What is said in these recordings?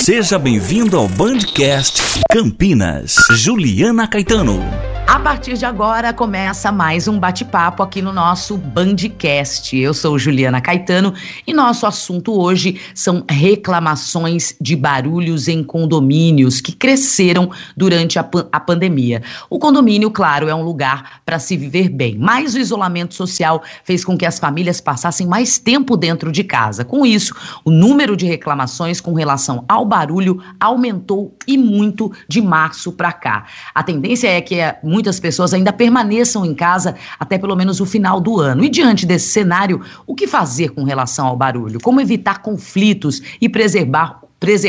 Seja bem-vindo ao Bandcast Campinas. Juliana Caetano. A partir de agora começa mais um bate-papo aqui no nosso Bandcast. Eu sou Juliana Caetano e nosso assunto hoje são reclamações de barulhos em condomínios que cresceram durante a pandemia. O condomínio, claro, é um lugar para se viver bem, mas o isolamento social fez com que as famílias passassem mais tempo dentro de casa. Com isso, o número de reclamações com relação ao barulho aumentou e muito de março para cá. A tendência é que muitas pessoas ainda permaneçam em casa até pelo menos o final do ano. E diante desse cenário, o que fazer com relação ao barulho? Como evitar conflitos e preservar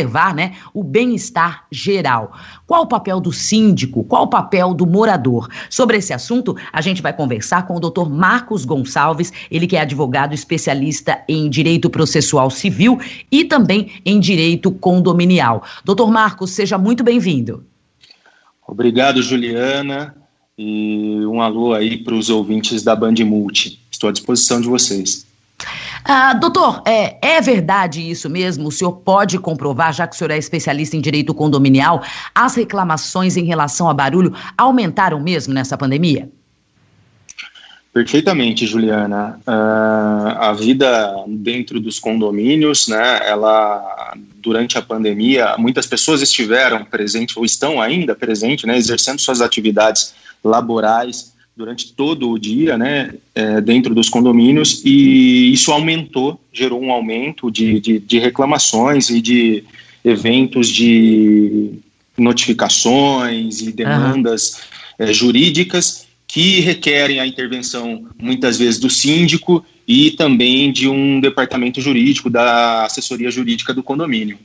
o bem-estar geral? Qual o papel do síndico? Qual o papel do morador? Sobre esse assunto, a gente vai conversar com o Dr. Marcos Gonçalves, ele que é advogado especialista em direito processual civil e também em direito condominial. Dr. Marcos, seja muito bem-vindo. Obrigado, Juliana, e um alô aí para os ouvintes da Band Multi. Estou à disposição de vocês. Doutor, é verdade isso mesmo? O senhor pode comprovar, já que o senhor é especialista em direito condominial, as reclamações em relação a barulho aumentaram mesmo nessa pandemia? Perfeitamente, Juliana. A vida dentro dos condomínios, né, ela, durante a pandemia, muitas pessoas estiveram presentes, ou estão ainda presentes, né, exercendo suas atividades laborais durante todo o dia, né, dentro dos condomínios, e isso gerou um aumento de reclamações e de eventos de notificações e demandas jurídicas que requerem a intervenção, muitas vezes, do síndico e também de um departamento jurídico, da assessoria jurídica do condomínio.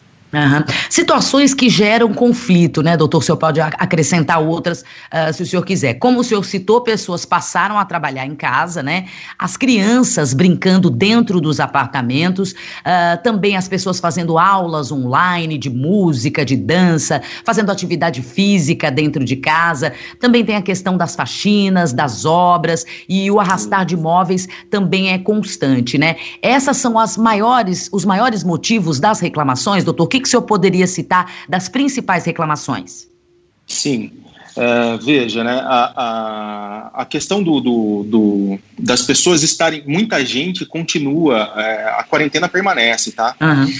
Situações que geram conflito, né, doutor? O senhor pode acrescentar outras, se o senhor quiser. Como o senhor citou, pessoas passaram a trabalhar em casa, né? As crianças brincando dentro dos apartamentos, também as pessoas fazendo aulas online de música, de dança, fazendo atividade física dentro de casa. Também tem a questão das faxinas, das obras, e o arrastar de móveis também é constante, né? Essas são os maiores motivos das reclamações, doutor? O que o senhor poderia citar das principais reclamações? Sim, veja, né, a questão das pessoas estarem, muita gente continua, a quarentena permanece, tá?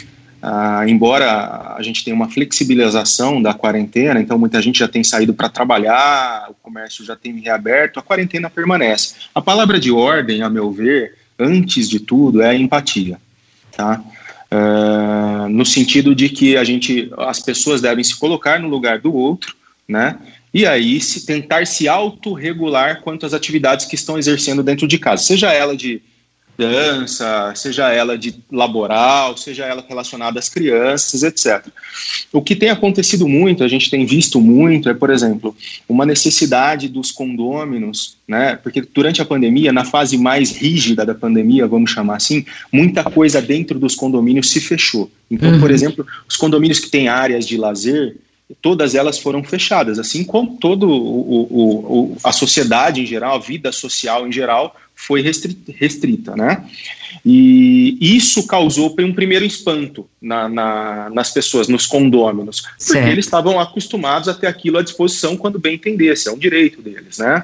Embora a gente tenha uma flexibilização da quarentena, então muita gente já tem saído para trabalhar, o comércio já tem reaberto, a quarentena permanece. A palavra de ordem, a meu ver, antes de tudo, é a empatia, tá? No sentido de que as pessoas devem se colocar no lugar do outro, né? E aí tentar se autorregular quanto às atividades que estão exercendo dentro de casa, seja ela de dança, seja ela de laboral, seja ela relacionada às crianças, etc. O que tem acontecido muito, a gente tem visto muito, por exemplo, uma necessidade dos condôminos, né? Porque durante a pandemia, na fase mais rígida da pandemia, vamos chamar assim, muita coisa dentro dos condomínios se fechou. Então, por exemplo, os condomínios que têm áreas de lazer, todas elas foram fechadas, assim como toda a sociedade em geral, a vida social em geral, foi restrita, né? E isso causou um primeiro espanto nas pessoas, nos condôminos, porque eles estavam acostumados a ter aquilo à disposição quando bem entendesse, é um direito deles, né?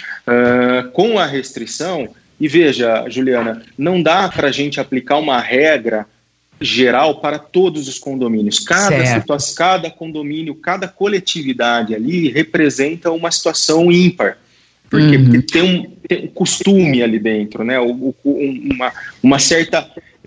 Com a restrição, e veja, Juliana, não dá para a gente aplicar uma regra geral para todos os condomínios. Cada situação, cada condomínio, cada coletividade ali representa uma situação ímpar. Por quê? Porque tem um costume ali dentro, né? Uma certa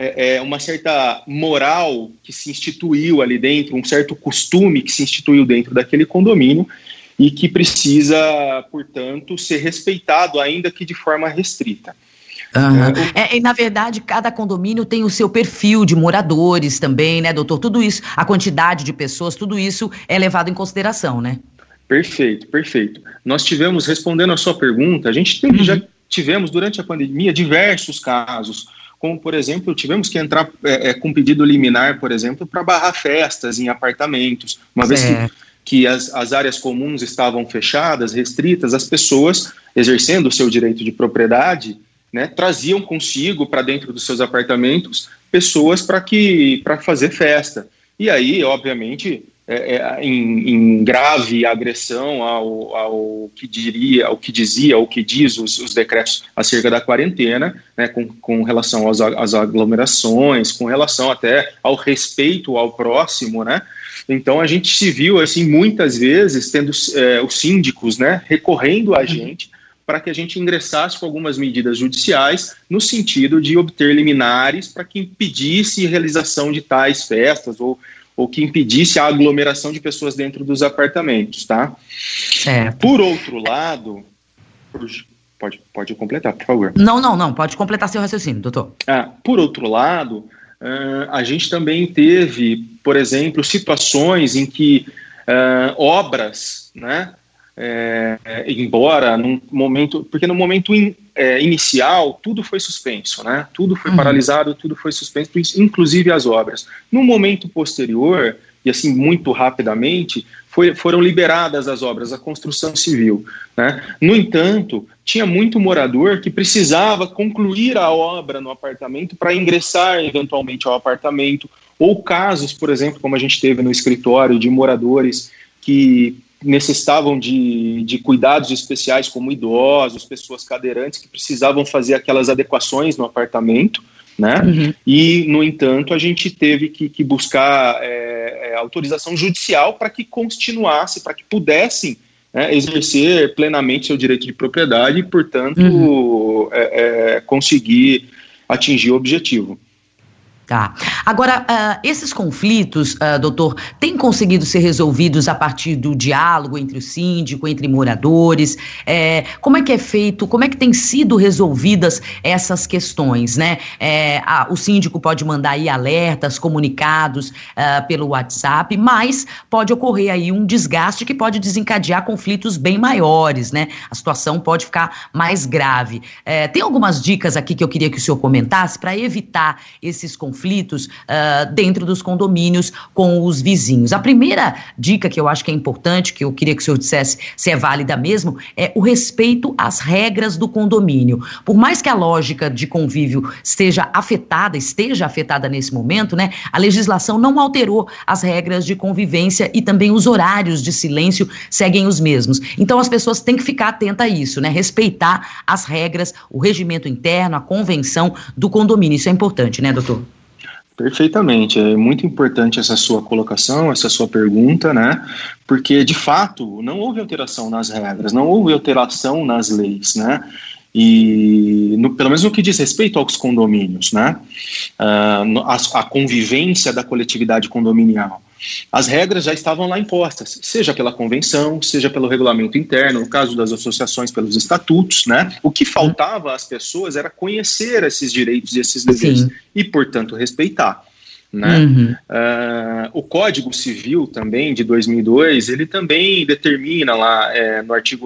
moral que se instituiu ali dentro, um certo costume que se instituiu dentro daquele condomínio e que precisa, portanto, ser respeitado, ainda que de forma restrita. E na verdade, cada condomínio tem o seu perfil de moradores também, né, doutor? Tudo isso, a quantidade de pessoas, tudo isso é levado em consideração, né? Perfeito. Nós tivemos, respondendo a sua pergunta, já tivemos durante a pandemia diversos casos, como, por exemplo, tivemos que entrar com pedido liminar, por exemplo, para barrar festas em apartamentos, uma vez que as áreas comuns estavam fechadas, restritas, as pessoas, exercendo o seu direito de propriedade, né, traziam consigo para dentro dos seus apartamentos pessoas para fazer festa. e aí, obviamente, em grave agressão ao que diz os decretos acerca da quarentena, né, com relação às aglomerações, com relação até ao respeito ao próximo, né? Então a gente se viu assim muitas vezes tendo os síndicos, né, recorrendo a gente para que a gente ingressasse com algumas medidas judiciais no sentido de obter liminares para que impedisse a realização de tais festas ou que impedisse a aglomeração de pessoas dentro dos apartamentos, tá? Por outro lado, pode completar, por favor. Não, pode completar seu raciocínio, doutor. Por outro lado, a gente também teve, por exemplo, situações em que obras, né, embora porque no momento inicial tudo foi suspenso, né? Tudo foi paralisado, tudo foi suspenso, inclusive as obras. No momento posterior, e assim muito rapidamente, foram liberadas as obras, a construção civil, né? No entanto, tinha muito morador que precisava concluir a obra no apartamento para ingressar eventualmente ao apartamento, ou casos, por exemplo, como a gente teve no escritório, de moradores que necessitavam de cuidados especiais, como idosos, pessoas cadeirantes, que precisavam fazer aquelas adequações no apartamento, né? E, no entanto, a gente teve que buscar autorização judicial para que continuasse, para que pudessem, né, exercer plenamente seu direito de propriedade e, portanto, conseguir atingir o objetivo. Tá. Agora, esses conflitos, doutor, têm conseguido ser resolvidos a partir do diálogo entre o síndico, entre moradores? Como é que é feito, como é que têm sido resolvidas essas questões, né? O síndico pode mandar aí alertas, comunicados pelo WhatsApp, mas pode ocorrer aí um desgaste que pode desencadear conflitos bem maiores, né? A situação pode ficar mais grave. Tem algumas dicas aqui que eu queria que o senhor comentasse para evitar esses conflitos dentro dos condomínios com os vizinhos. A primeira dica que eu acho que é importante, que eu queria que o senhor dissesse se é válida mesmo, é o respeito às regras do condomínio. Por mais que a lógica de convívio esteja afetada nesse momento, né, a legislação não alterou as regras de convivência e também os horários de silêncio seguem os mesmos. Então as pessoas têm que ficar atentas a isso, né, respeitar as regras, o regimento interno, a convenção do condomínio. Isso é importante, né, doutor? Perfeitamente, é muito importante essa sua colocação, essa sua pergunta, né, porque de fato não houve alteração nas regras, não houve alteração nas leis, né, e pelo menos no que diz respeito aos condomínios, né, a convivência da coletividade condominial. As regras já estavam lá impostas, seja pela convenção, seja pelo regulamento interno, no caso das associações pelos estatutos, né? O que faltava às pessoas era conhecer esses direitos e esses deveres e, portanto, respeitar, né? O Código Civil também, de 2002, ele também determina lá no artigo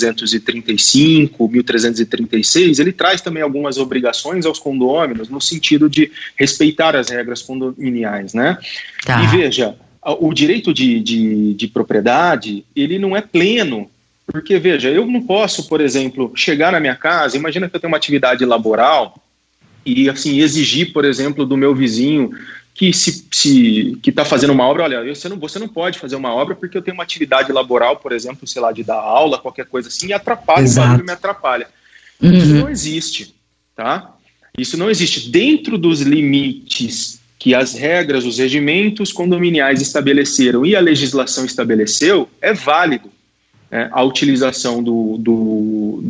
1335, 1336, ele traz também algumas obrigações aos condôminos no sentido de respeitar as regras condominiais, né? Tá. E veja, o direito de propriedade, ele não é pleno, porque veja, eu não posso, por exemplo, chegar na minha casa, imagina que eu tenho uma atividade laboral e assim exigir, por exemplo, do meu vizinho que está fazendo uma obra, olha, você não pode fazer uma obra porque eu tenho uma atividade laboral, por exemplo, sei lá, de dar aula, qualquer coisa assim, e atrapalha, o barulho me atrapalha. Isso não existe, tá? Isso não existe. Dentro dos limites que as regras, os regimentos condominiais estabeleceram e a legislação estabeleceu, é válido a utilização do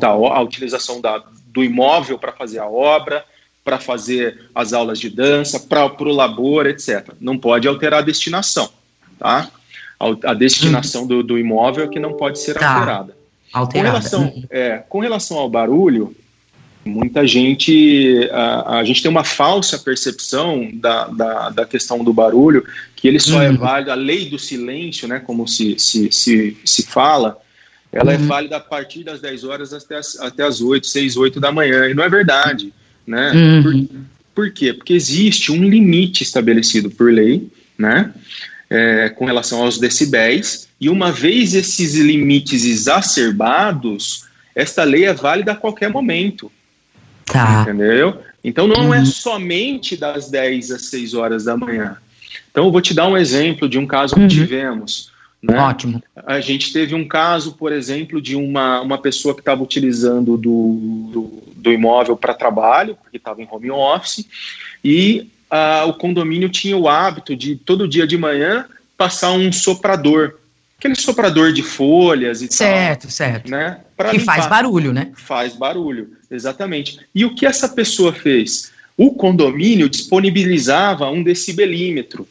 imóvel para fazer a obra, para fazer as aulas de dança, para o labor, etc. Não pode alterar a destinação, tá? A destinação do imóvel é que não pode ser alterada. Com relação ao barulho, muita gente, a gente tem uma falsa percepção da questão do barulho, que ele só é válido, a lei do silêncio, né, como se fala, ela é válida a partir das 10 horas até as 6, 8 da manhã, e não é verdade, né? Por quê? Porque existe um limite estabelecido por lei, né, com relação aos decibéis, e uma vez esses limites exacerbados, esta lei é válida a qualquer momento. Tá. Entendeu? Então não é somente das 10 às 6 horas da manhã. Então, eu vou te dar um exemplo de um caso que tivemos. Né? Ótimo. A gente teve um caso, por exemplo, de uma pessoa que estava utilizando do imóvel para trabalho, porque estava em home office, e o condomínio tinha o hábito de, todo dia de manhã, passar um soprador. Aquele soprador de folhas e certo, tal. Certo, Né? Que faz barulho, né? Faz barulho, exatamente. E o que essa pessoa fez? O condomínio disponibilizava um decibelímetro.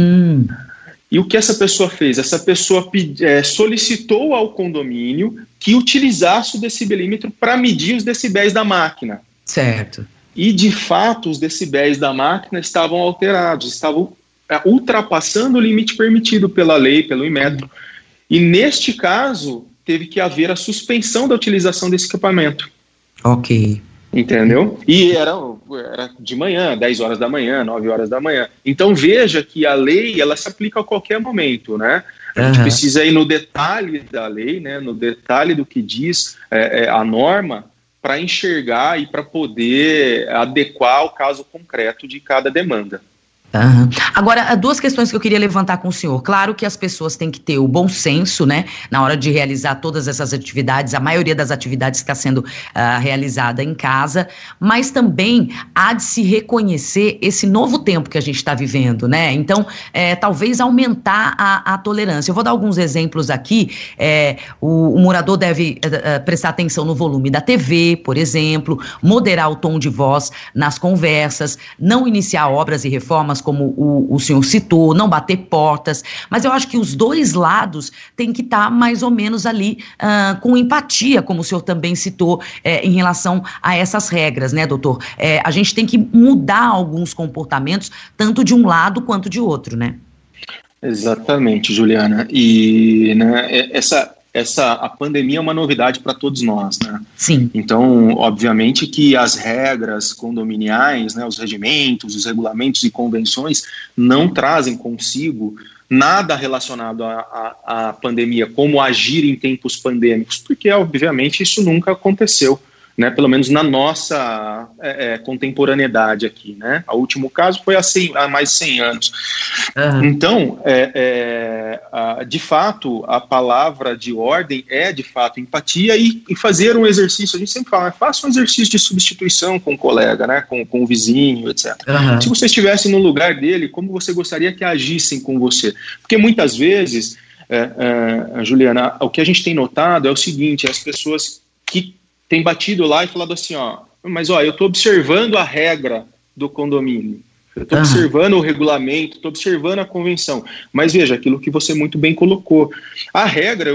E o que essa pessoa fez? Essa pessoa solicitou ao condomínio que utilizasse o decibelímetro para medir os decibéis da máquina. Certo. E, de fato, os decibéis da máquina estavam alterados, estavam ultrapassando o limite permitido pela lei, pelo Inmetro. E, neste caso, teve que haver a suspensão da utilização desse equipamento. Ok. Entendeu? E era de manhã, 10 horas da manhã, 9 horas da manhã. Então veja que a lei, ela se aplica a qualquer momento, né? A gente precisa ir no detalhe da lei, né? No detalhe do que diz a norma, para enxergar e para poder adequar o caso concreto de cada demanda. Agora, duas questões que eu queria levantar com o senhor. Claro que as pessoas têm que ter o bom senso, né, na hora de realizar todas essas atividades. A maioria das atividades está sendo realizada em casa, mas também há de se reconhecer esse novo tempo que a gente está vivendo, né? Então, talvez aumentar a tolerância. Eu vou dar alguns exemplos aqui. O morador deve prestar atenção no volume da TV, por exemplo, moderar o tom de voz nas conversas, não iniciar obras e reformas como o senhor citou, não bater portas, mas eu acho que os dois lados têm que estar mais ou menos ali com empatia, como o senhor também citou, em relação a essas regras, né, doutor? A gente tem que mudar alguns comportamentos, tanto de um lado quanto de outro, né? Exatamente, Juliana. E né, a pandemia é uma novidade para todos nós, né? Sim. Então, obviamente que as regras condominiais, né, os regimentos, os regulamentos e convenções não trazem consigo nada relacionado à pandemia, como agir em tempos pandêmicos, porque, obviamente, isso nunca aconteceu, né, pelo menos na nossa contemporaneidade aqui, né? O último caso foi há mais de 100 anos. Então, de fato, a palavra de ordem é, de fato, empatia e fazer um exercício. A gente sempre fala, faça um exercício de substituição com o colega, né, com o vizinho, etc. Se você estivesse no lugar dele, como você gostaria que agissem com você? Porque muitas vezes, Juliana, o que a gente tem notado é o seguinte, as pessoas que tem batido lá e falado assim, mas eu estou observando a regra do condomínio, eu estou observando o regulamento, estou observando a convenção, mas veja, aquilo que você muito bem colocou, a regra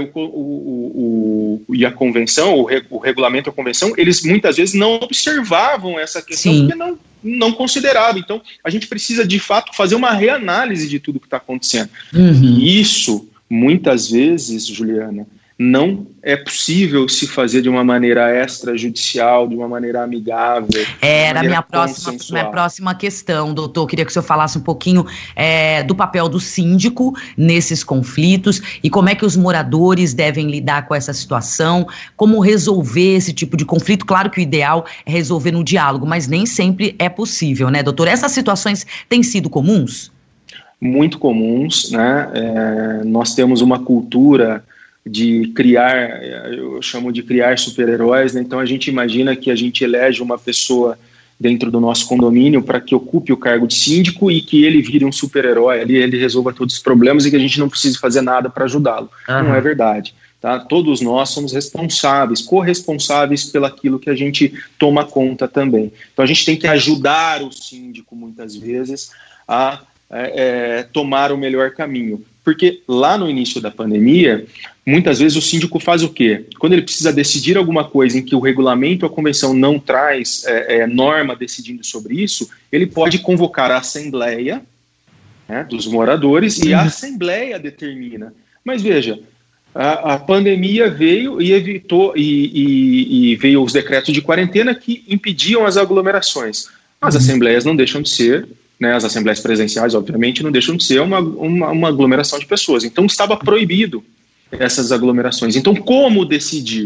e a convenção, o regulamento e a convenção, eles muitas vezes não observavam essa questão, Sim. Porque não consideravam. Então, a gente precisa, de fato, fazer uma reanálise de tudo que está acontecendo. E isso, muitas vezes, Juliana, não é possível se fazer de uma maneira extrajudicial, de uma maneira amigável. Era a minha próxima questão, doutor. Eu queria que o senhor falasse um pouquinho do papel do síndico nesses conflitos e como é que os moradores devem lidar com essa situação, como resolver esse tipo de conflito. Claro que o ideal é resolver no diálogo, mas nem sempre é possível, né, doutor? Essas situações têm sido comuns? Muito comuns, né? Nós temos uma cultura de criar, eu chamo de criar super-heróis, né? Então a gente imagina que a gente elege uma pessoa dentro do nosso condomínio para que ocupe o cargo de síndico e que ele vire um super-herói, ele resolva todos os problemas e que a gente não precise fazer nada para ajudá-lo. Não é verdade, tá? Todos nós somos responsáveis, corresponsáveis pelaquilo que a gente toma conta também. Então a gente tem que ajudar o síndico muitas vezes a tomar o melhor caminho. Porque lá no início da pandemia, muitas vezes o síndico faz o quê? Quando ele precisa decidir alguma coisa em que o regulamento ou a convenção não traz norma decidindo sobre isso, ele pode convocar a assembleia, né, dos moradores e a assembleia determina. Mas veja, a pandemia veio e evitou, e veio os decretos de quarentena que impediam as aglomerações. As assembleias não deixam de ser, né, as assembleias presenciais, obviamente, não deixam de ser uma aglomeração de pessoas. Então, estava proibido essas aglomerações. Então, como decidir?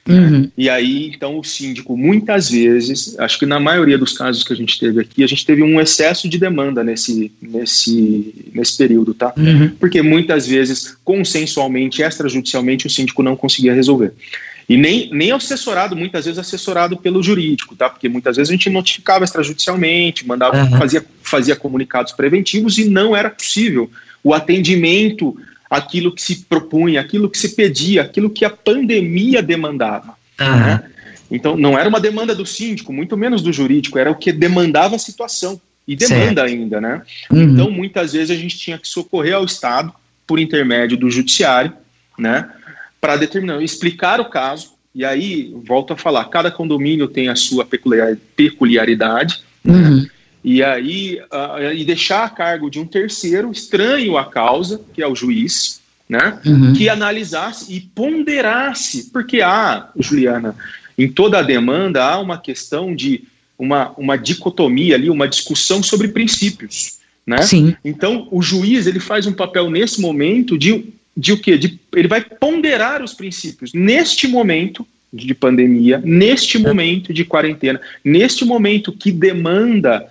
Uhum. E aí, então, o síndico, muitas vezes, acho que na maioria dos casos que a gente teve aqui, a gente teve um excesso de demanda nesse período, tá? Uhum. Porque muitas vezes, consensualmente, extrajudicialmente, o síndico não conseguia resolver. E nem assessorado, muitas vezes assessorado pelo jurídico, tá? Porque muitas vezes a gente notificava extrajudicialmente, mandava, fazia comunicados preventivos e não era possível o atendimento, aquilo que se propunha, aquilo que se pedia, aquilo que a pandemia demandava. Né? Então, não era uma demanda do síndico, muito menos do jurídico, era o que demandava a situação, e demanda ainda, né? Então, muitas vezes a gente tinha que socorrer ao Estado, por intermédio do judiciário, né? Para determinar, explicar o caso, e aí, volto a falar, cada condomínio tem a sua peculiaridade, né? E aí, e deixar a cargo de um terceiro, estranho à causa, que é o juiz, né? Que analisasse e ponderasse, porque Juliana, em toda a demanda há uma questão de uma dicotomia ali, uma discussão sobre princípios, né? Sim. Então, o juiz, ele faz um papel nesse momento de o quê? Ele vai ponderar os princípios neste momento de pandemia, neste momento de quarentena, neste momento que demanda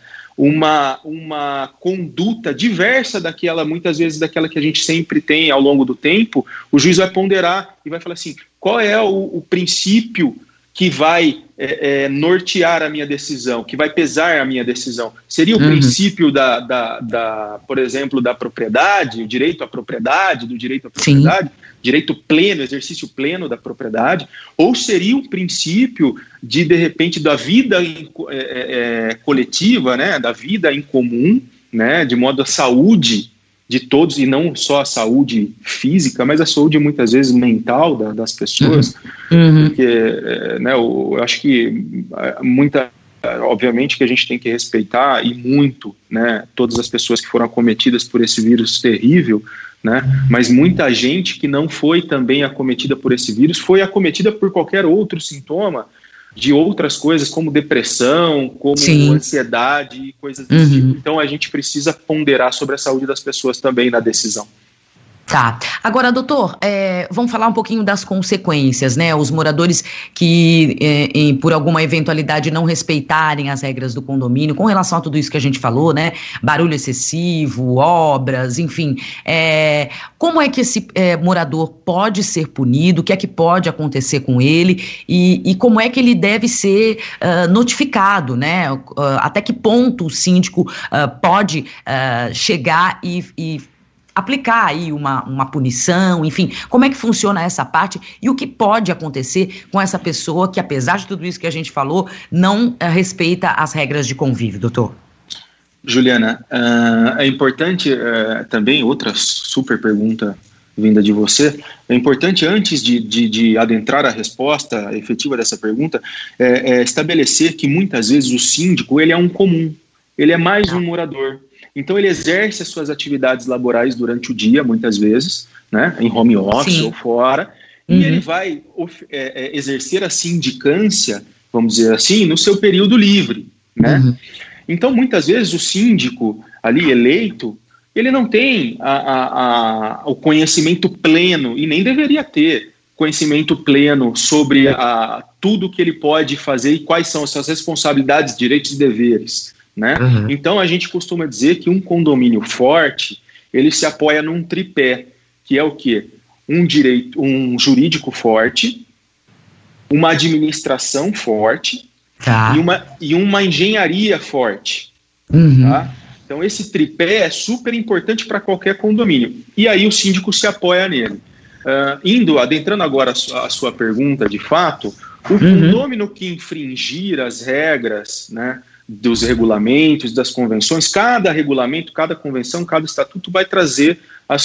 uma conduta diversa daquela, muitas vezes daquela que a gente sempre tem ao longo do tempo. O juiz vai ponderar e vai falar assim, qual é o princípio que vai nortear a minha decisão, que vai pesar a minha decisão? Seria o princípio por exemplo, da propriedade, o direito à propriedade, do direito à propriedade, direito pleno, exercício pleno da propriedade, ou seria o princípio de repente, da vida coletiva, né, da vida em comum, né, de modo a saúde de todos, e não só a saúde física, mas a saúde muitas vezes mental das pessoas, porque eu acho que obviamente que a gente tem que respeitar e muito, né, todas as pessoas que foram acometidas por esse vírus terrível, né, mas muita gente que não foi também acometida por esse vírus foi acometida por qualquer outro sintoma de outras coisas, como depressão, como ansiedade e coisas desse tipo. Então a gente precisa ponderar sobre a saúde das pessoas também na decisão. Tá. Agora, doutor, vamos falar um pouquinho das consequências, né? Os moradores que, por alguma eventualidade, não respeitarem as regras do condomínio, com relação a tudo isso que a gente falou, né? Barulho excessivo, obras, enfim. Como é que esse morador pode ser punido? O que é que pode acontecer com ele? E como é que ele deve ser notificado, né? Até que ponto o síndico pode chegar e aplicar aí uma punição, enfim, como é que funciona essa parte e o que pode acontecer com essa pessoa que, apesar de tudo isso que a gente falou, não respeita as regras de convívio, doutor? Juliana, é importante também, outra super pergunta vinda de você, é importante, antes de adentrar a resposta efetiva dessa pergunta, estabelecer que muitas vezes o síndico, ele é um comum, ele é mais um morador. Então ele exerce as suas atividades laborais durante o dia, muitas vezes, né, em home office ou fora, e ele vai exercer a sindicância, vamos dizer assim, no seu período livre, né? Então muitas vezes o síndico ali eleito, ele não tem o conhecimento pleno, e nem deveria ter conhecimento pleno sobre tudo que ele pode fazer e quais são as suas responsabilidades, direitos e deveres, né? Então a gente costuma dizer que um condomínio forte, ele se apoia num tripé, que é o quê? Um jurídico forte, uma administração forte e uma engenharia forte. Tá? Então esse tripé é super importante para qualquer condomínio, e aí o síndico se apoia nele. Adentrando agora a sua pergunta, de fato, o condomínio que infringir as regras, né, dos regulamentos, das convenções, cada regulamento, cada convenção, cada estatuto vai trazer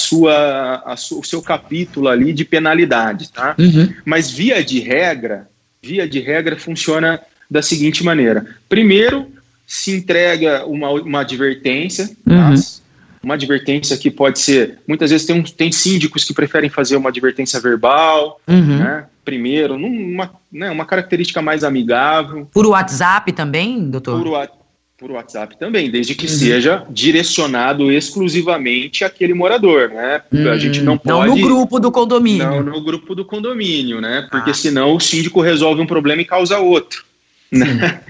o seu capítulo ali de penalidade, tá? Mas via de regra funciona da seguinte maneira: primeiro se entrega uma advertência, tá? Uma advertência que pode ser, muitas vezes tem síndicos que preferem fazer uma advertência verbal, né? Primeiro, uma característica mais amigável. Por WhatsApp também, doutor? Por WhatsApp também, desde que seja direcionado exclusivamente àquele morador, né? A gente não pode... Não no grupo do condomínio. Não no grupo do condomínio, né? Porque senão o síndico resolve um problema e causa outro. Né?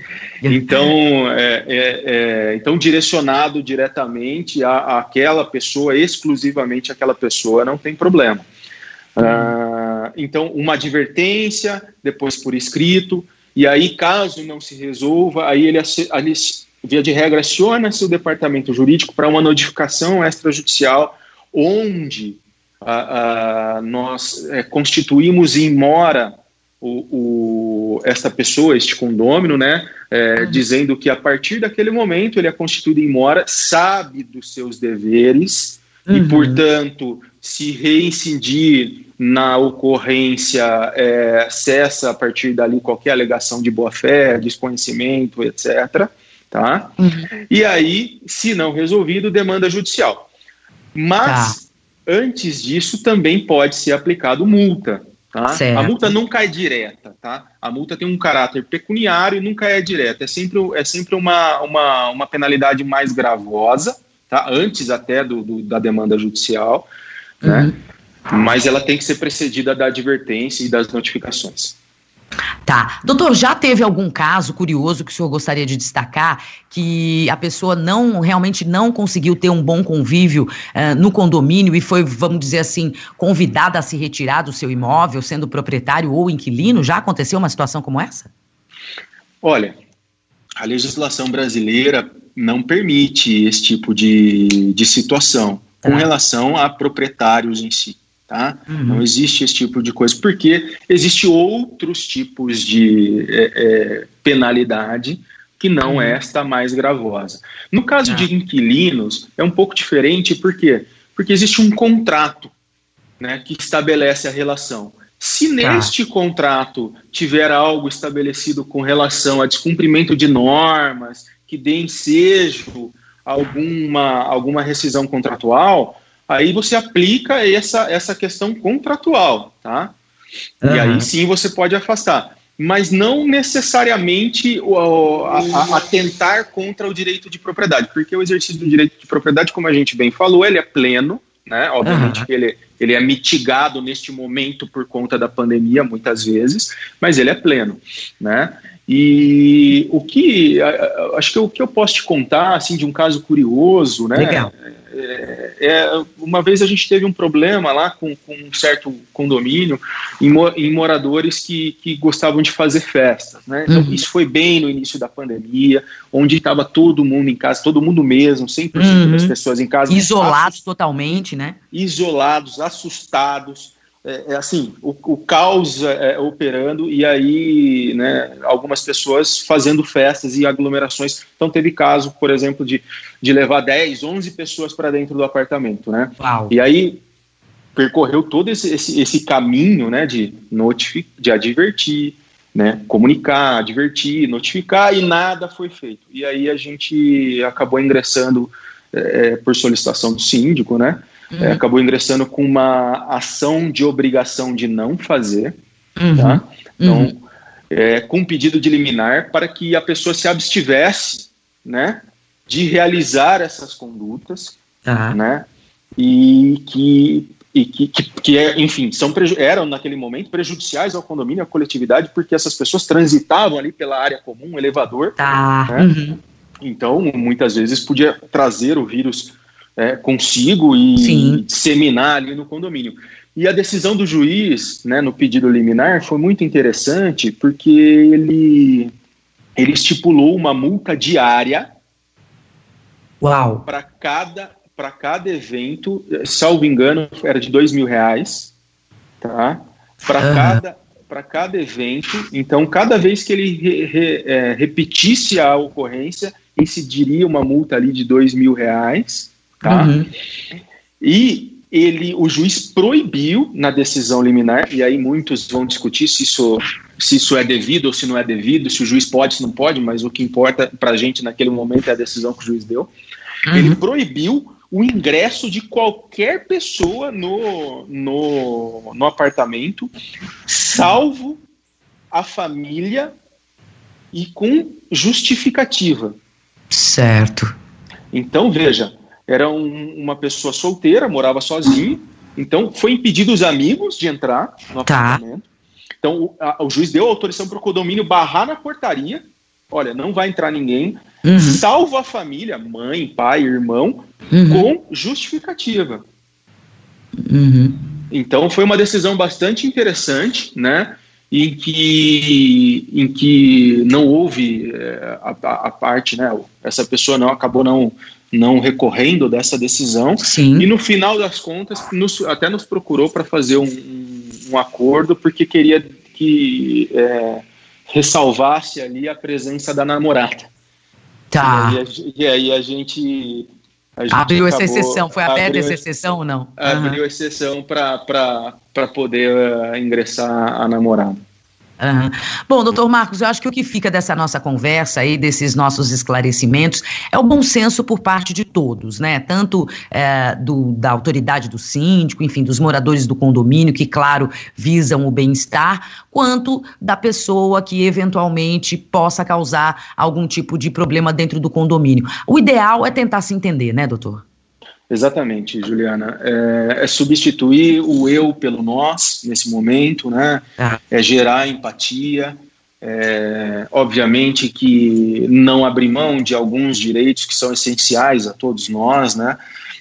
Então, direcionado diretamente àquela pessoa, exclusivamente àquela pessoa, não tem problema. Então, uma advertência, depois por escrito, e aí, caso não se resolva, aí ele via de regra, aciona-se o departamento jurídico para uma notificação extrajudicial, onde nós constituímos em mora esta pessoa, este condômino, né, dizendo que a partir daquele momento ele é constituído em mora, sabe dos seus deveres e, portanto, se reincidir na ocorrência, cessa a partir dali qualquer alegação de boa-fé, desconhecimento, etc., tá? E aí, se não resolvido, demanda judicial. Mas, antes disso, também pode ser aplicado multa, tá? A multa nunca é direta, tá? A multa tem um caráter pecuniário e nunca é direta. É sempre uma penalidade mais gravosa, tá? Antes até da demanda judicial, né? Mas ela tem que ser precedida da advertência e das notificações. Tá. Doutor, já teve algum caso curioso que o senhor gostaria de destacar, que a pessoa realmente não conseguiu ter um bom convívio no condomínio e foi, vamos dizer assim, convidada a se retirar do seu imóvel, sendo proprietário ou inquilino? Já aconteceu uma situação como essa? Olha, a legislação brasileira não permite esse tipo de situação com relação a proprietários em si. Tá? Não existe esse tipo de coisa, porque existem outros tipos de penalidade que não esta mais gravosa. No caso de inquilinos, é um pouco diferente, por quê? Porque existe um contrato, né, que estabelece a relação. Se neste contrato tiver algo estabelecido com relação a descumprimento de normas, que dê ensejo a alguma rescisão contratual, aí você aplica essa questão contratual, tá? E aí sim você pode afastar. Mas não necessariamente atentar contra o direito de propriedade, porque o exercício do direito de propriedade, como a gente bem falou, ele é pleno, né? Obviamente que ele é mitigado neste momento por conta da pandemia, muitas vezes, mas ele é pleno, né? E acho que o que eu posso te contar, assim, de um caso curioso, né? Legal. Uma vez a gente teve um problema lá com um certo condomínio em moradores que gostavam de fazer festas, né? Então, isso foi bem no início da pandemia, onde estava todo mundo em casa, todo mundo mesmo, 100% das pessoas em casa. Isolados totalmente, né? Isolados, assustados. Assim, o caos operando, e aí, né, algumas pessoas fazendo festas e aglomerações. Então teve caso, por exemplo, de levar 10, 11 pessoas para dentro do apartamento, né? Uau. E aí percorreu todo esse caminho, né, de advertir, né, comunicar, advertir, notificar, e nada foi feito. E aí a gente acabou ingressando por solicitação do síndico, né? Acabou ingressando com uma ação de obrigação de não fazer, tá? Então, com pedido de liminar para que a pessoa se abstivesse, né, de realizar essas condutas, né, e que enfim, eram naquele momento prejudiciais ao condomínio, à coletividade, porque essas pessoas transitavam ali pela área comum, elevador, né? Então, muitas vezes podia trazer o vírus consigo e disseminar ali no condomínio. E a decisão do juiz, né, no pedido liminar, foi muito interessante, porque ele estipulou uma multa diária para cada evento, salvo engano, era de R$2.000, tá? Para cada evento. Então, cada vez que ele repetisse a ocorrência, incidiria uma multa ali de R$2.000, tá? E o juiz proibiu na decisão liminar, e aí muitos vão discutir se isso é devido ou se não é devido, se o juiz pode, se não pode, mas o que importa pra gente naquele momento é a decisão que o juiz deu. Ele proibiu o ingresso de qualquer pessoa no apartamento, salvo a família, e com justificativa. Certo. Então, veja, era uma pessoa solteira, morava sozinho, então foi impedido os amigos de entrar no apartamento. Então, o juiz deu autorização para o condomínio barrar na portaria, olha, não vai entrar ninguém, salvo a família, mãe, pai, irmão, com justificativa. Então, foi uma decisão bastante interessante, né? Em que não houve a parte, né? Essa pessoa acabou não recorrendo dessa decisão. Sim. E no final das contas até nos procurou para fazer um acordo, porque queria que ressalvasse ali a presença da namorada. Tá. E aí a gente abriu essa exceção. Foi aberta essa exceção ou não? Abriu exceção para poder ingressar a namorada. Bom, doutor Marcos, eu acho que o que fica dessa nossa conversa aí, desses nossos esclarecimentos, é o bom senso por parte de todos, né? Tanto da autoridade do síndico, enfim, dos moradores do condomínio, que, claro, visam o bem-estar, quanto da pessoa que eventualmente possa causar algum tipo de problema dentro do condomínio. O ideal é tentar se entender, né, doutor? Exatamente, Juliana. É substituir o eu pelo nós nesse momento, né? É gerar empatia. Obviamente que não abrir mão de alguns direitos que são essenciais a todos nós, né?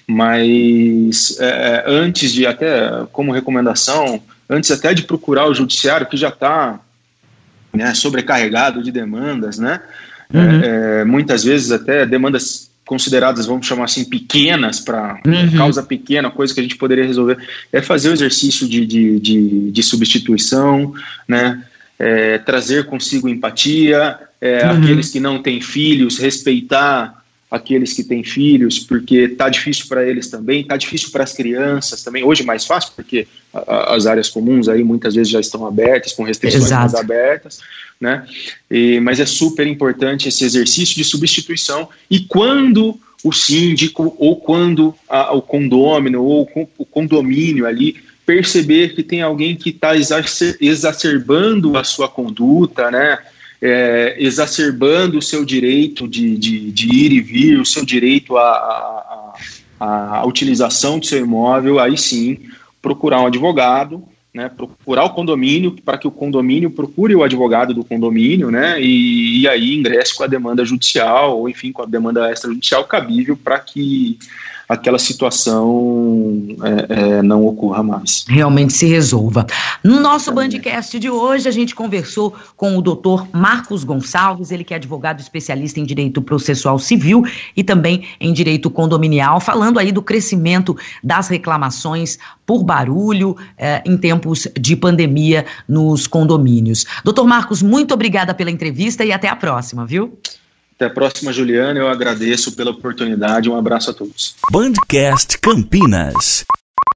Mas antes de até, como recomendação, antes até de procurar o judiciário, que já está, né, sobrecarregado de demandas, né? Muitas vezes até demandas consideradas, vamos chamar assim, pequenas, para causa pequena, coisa que a gente poderia resolver, é fazer o exercício de substituição, né? Trazer consigo empatia, aqueles que não têm filhos, respeitar aqueles que têm filhos, porque tá difícil para eles também, tá difícil para as crianças também, hoje mais fácil, porque as áreas comuns aí muitas vezes já estão abertas, com restrições mais abertas, né? Mas é super importante esse exercício de substituição, e quando o síndico, ou quando o condômino, ou o condomínio ali, perceber que tem alguém que está exacerbando a sua conduta, né? Exacerbando o seu direito de ir e vir, o seu direito à utilização do seu imóvel, aí sim, procurar um advogado, né, procurar o condomínio, para que o condomínio procure o advogado do condomínio, né, e aí ingresse com a demanda judicial, ou enfim, com a demanda extrajudicial cabível, para que aquela situação não ocorra mais. Realmente se resolva. No nosso Bandcast de hoje, a gente conversou com o doutor Marcos Gonçalves, ele que é advogado especialista em direito processual civil e também em direito condominial, falando aí do crescimento das reclamações por barulho em tempos de pandemia nos condomínios. Doutor Marcos, muito obrigada pela entrevista e até a próxima, viu? Até a próxima, Juliana. Eu agradeço pela oportunidade. Um abraço a todos. Bandcast Campinas.